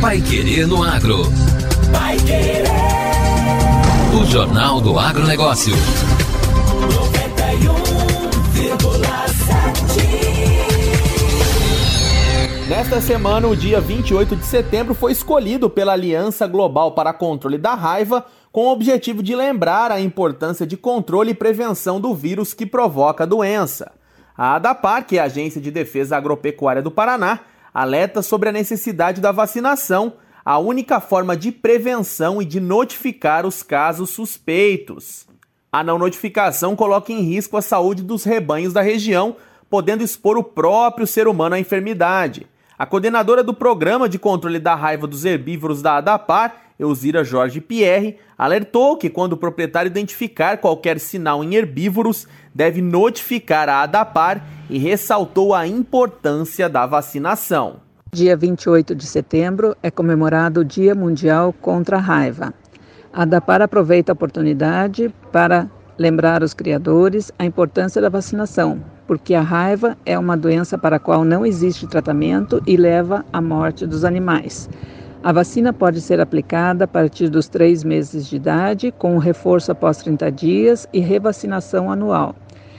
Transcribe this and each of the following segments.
Paiquerê no Agro. Paiquerê. O Jornal do Agronegócio. 91,7. Nesta semana, o dia 28 de setembro foi escolhido pela Aliança Global para Controle da Raiva, com o objetivo de lembrar a importância de controle e prevenção do vírus que provoca a doença. A ADAPAR, que é a Agência de Defesa Agropecuária do Paraná, alerta sobre a necessidade da vacinação, a única forma de prevenção e de notificar os casos suspeitos. A não notificação coloca em risco a saúde dos rebanhos da região, podendo expor o próprio ser humano à enfermidade. A coordenadora do Programa de Controle da Raiva dos Herbívoros da ADAPAR, Elzira Jorge Pierre, alertou que quando o proprietário identificar qualquer sinal em herbívoros, deve notificar a ADAPAR e ressaltou a importância da vacinação. Dia 28 de setembro é comemorado o Dia Mundial contra a Raiva. A ADAPAR aproveita a oportunidade para lembrar os criadores a importância da vacinação, porque a raiva é uma doença para a qual não existe tratamento e leva à morte dos animais. A vacina pode ser aplicada a partir dos 3 meses de idade, com o reforço após 30 dias e revacinação anual.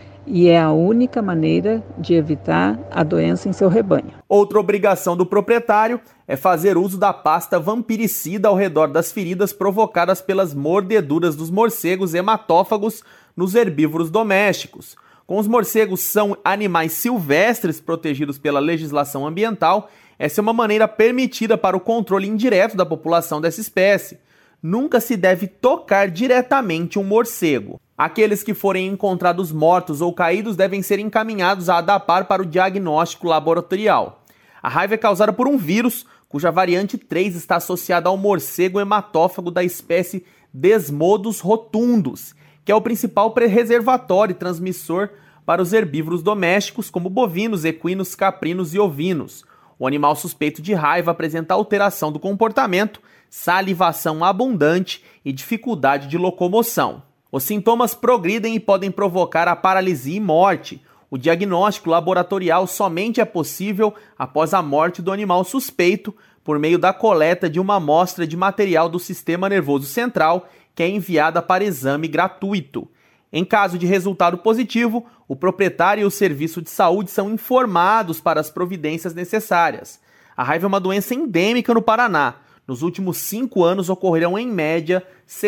E é a única maneira de evitar a doença em seu rebanho. Outra obrigação do proprietário é fazer uso da pasta vampiricida ao redor das feridas provocadas pelas mordeduras dos morcegos hematófagos nos herbívoros domésticos. Como os morcegos são animais silvestres protegidos pela legislação ambiental, essa é uma maneira permitida para o controle indireto da população dessa espécie. Nunca se deve tocar diretamente um morcego. Aqueles que forem encontrados mortos ou caídos devem ser encaminhados à ADAPAR para o diagnóstico laboratorial. A raiva é causada por um vírus, cuja variante 3 está associada ao morcego hematófago da espécie Desmodus rotundus, que é o principal reservatório e transmissor para os herbívoros domésticos, como bovinos, equinos, caprinos e ovinos. O animal suspeito de raiva apresenta alteração do comportamento, salivação abundante e dificuldade de locomoção. Os sintomas progridem e podem provocar a paralisia e morte. O diagnóstico laboratorial somente é possível após a morte do animal suspeito, por meio da coleta de uma amostra de material do sistema nervoso central, que é enviada para exame gratuito. Em caso de resultado positivo, o proprietário e o serviço de saúde são informados para as providências necessárias. A raiva é uma doença endêmica no Paraná. Nos últimos 5 anos ocorreram, em média,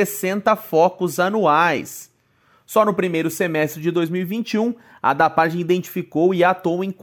60 focos anuais. Só no primeiro semestre de 2021, a ADAPAR identificou e atuou em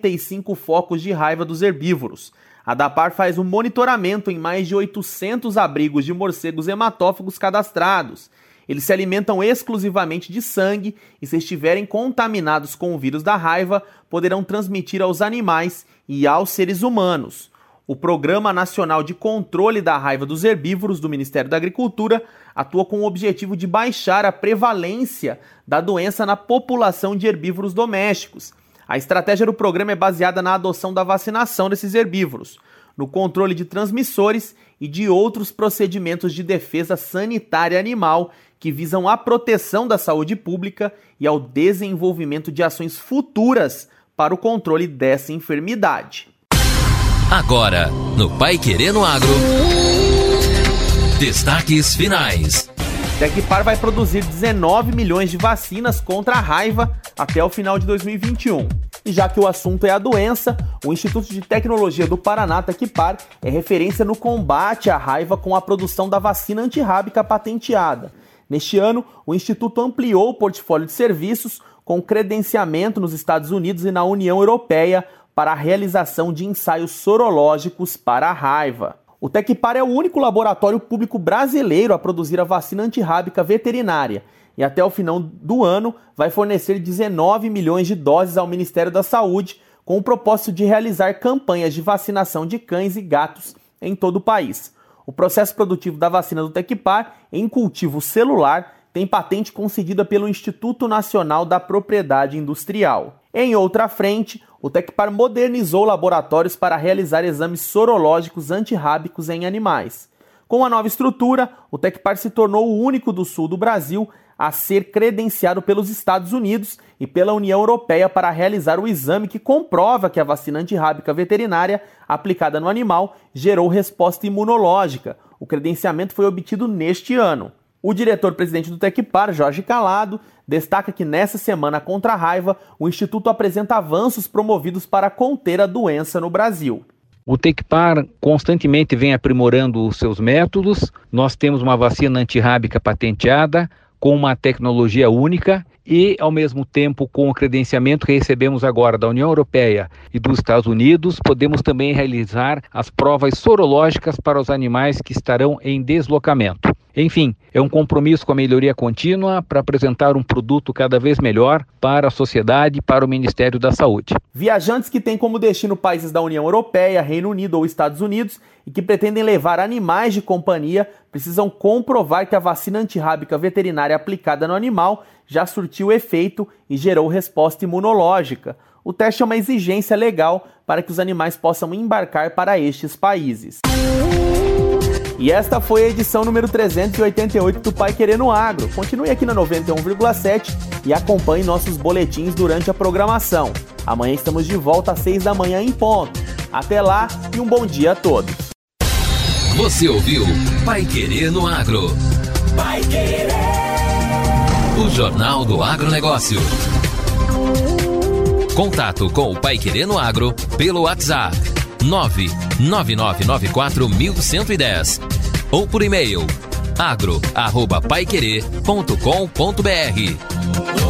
45 focos de raiva dos herbívoros. A ADAPAR faz um monitoramento em mais de 800 abrigos de morcegos hematófagos cadastrados. Eles se alimentam exclusivamente de sangue e, se estiverem contaminados com o vírus da raiva, poderão transmitir aos animais e aos seres humanos. O Programa Nacional de Controle da Raiva dos Herbívoros do Ministério da Agricultura atua com o objetivo de baixar a prevalência da doença na população de herbívoros domésticos. A estratégia do programa é baseada na adoção da vacinação desses herbívoros, no controle de transmissores e de outros procedimentos de defesa sanitária animal que visam a proteção da saúde pública e ao desenvolvimento de ações futuras para o controle dessa enfermidade. Agora, no Paiquerê no Agro, destaques finais. Tecpar vai produzir 19 milhões de vacinas contra a raiva até o final de 2021. E já que o assunto é a doença, o Instituto de Tecnologia do Paraná, Tecpar, é referência no combate à raiva com a produção da vacina antirrábica patenteada. Neste ano, o Instituto ampliou o portfólio de serviços com credenciamento nos Estados Unidos e na União Europeia para a realização de ensaios sorológicos para a raiva. O Tecpar é o único laboratório público brasileiro a produzir a vacina antirrábica veterinária e até o final do ano vai fornecer 19 milhões de doses ao Ministério da Saúde com o propósito de realizar campanhas de vacinação de cães e gatos em todo o país. O processo produtivo da vacina do Tecpar em cultivo celular tem patente concedida pelo Instituto Nacional da Propriedade Industrial. Em outra frente, o Tecpar modernizou laboratórios para realizar exames sorológicos antirrábicos em animais. Com a nova estrutura, o Tecpar se tornou o único do sul do Brasil a ser credenciado pelos Estados Unidos e pela União Europeia para realizar o exame que comprova que a vacina antirrábica veterinária aplicada no animal gerou resposta imunológica. O credenciamento foi obtido neste ano. O diretor-presidente do Tecpar, Jorge Calado, destaca que nessa semana contra a raiva, o Instituto apresenta avanços promovidos para conter a doença no Brasil. O Tecpar constantemente vem aprimorando os seus métodos. Nós temos uma vacina antirrábica patenteada, com uma tecnologia única e, ao mesmo tempo, com o credenciamento que recebemos agora da União Europeia e dos Estados Unidos, podemos também realizar as provas sorológicas para os animais que estarão em deslocamento. Enfim, é um compromisso com a melhoria contínua para apresentar um produto cada vez melhor para a sociedade e para o Ministério da Saúde. Viajantes que têm como destino países da União Europeia, Reino Unido ou Estados Unidos e que pretendem levar animais de companhia precisam comprovar que a vacina antirrábica veterinária aplicada no animal já surtiu efeito e gerou resposta imunológica. O teste é uma exigência legal para que os animais possam embarcar para estes países. E esta foi a edição número 388 do Pai Querer no Agro. Continue aqui na 91,7 e acompanhe nossos boletins durante a programação. Amanhã estamos de volta às 6 da manhã em ponto. Até lá e um bom dia a todos. Você ouviu Pai Querer no Agro. Pai Querer. O Jornal do Agronegócio. Contato com o Pai Querer no Agro pelo WhatsApp 999941110 ou por e-mail agro@paiquerer.com.br.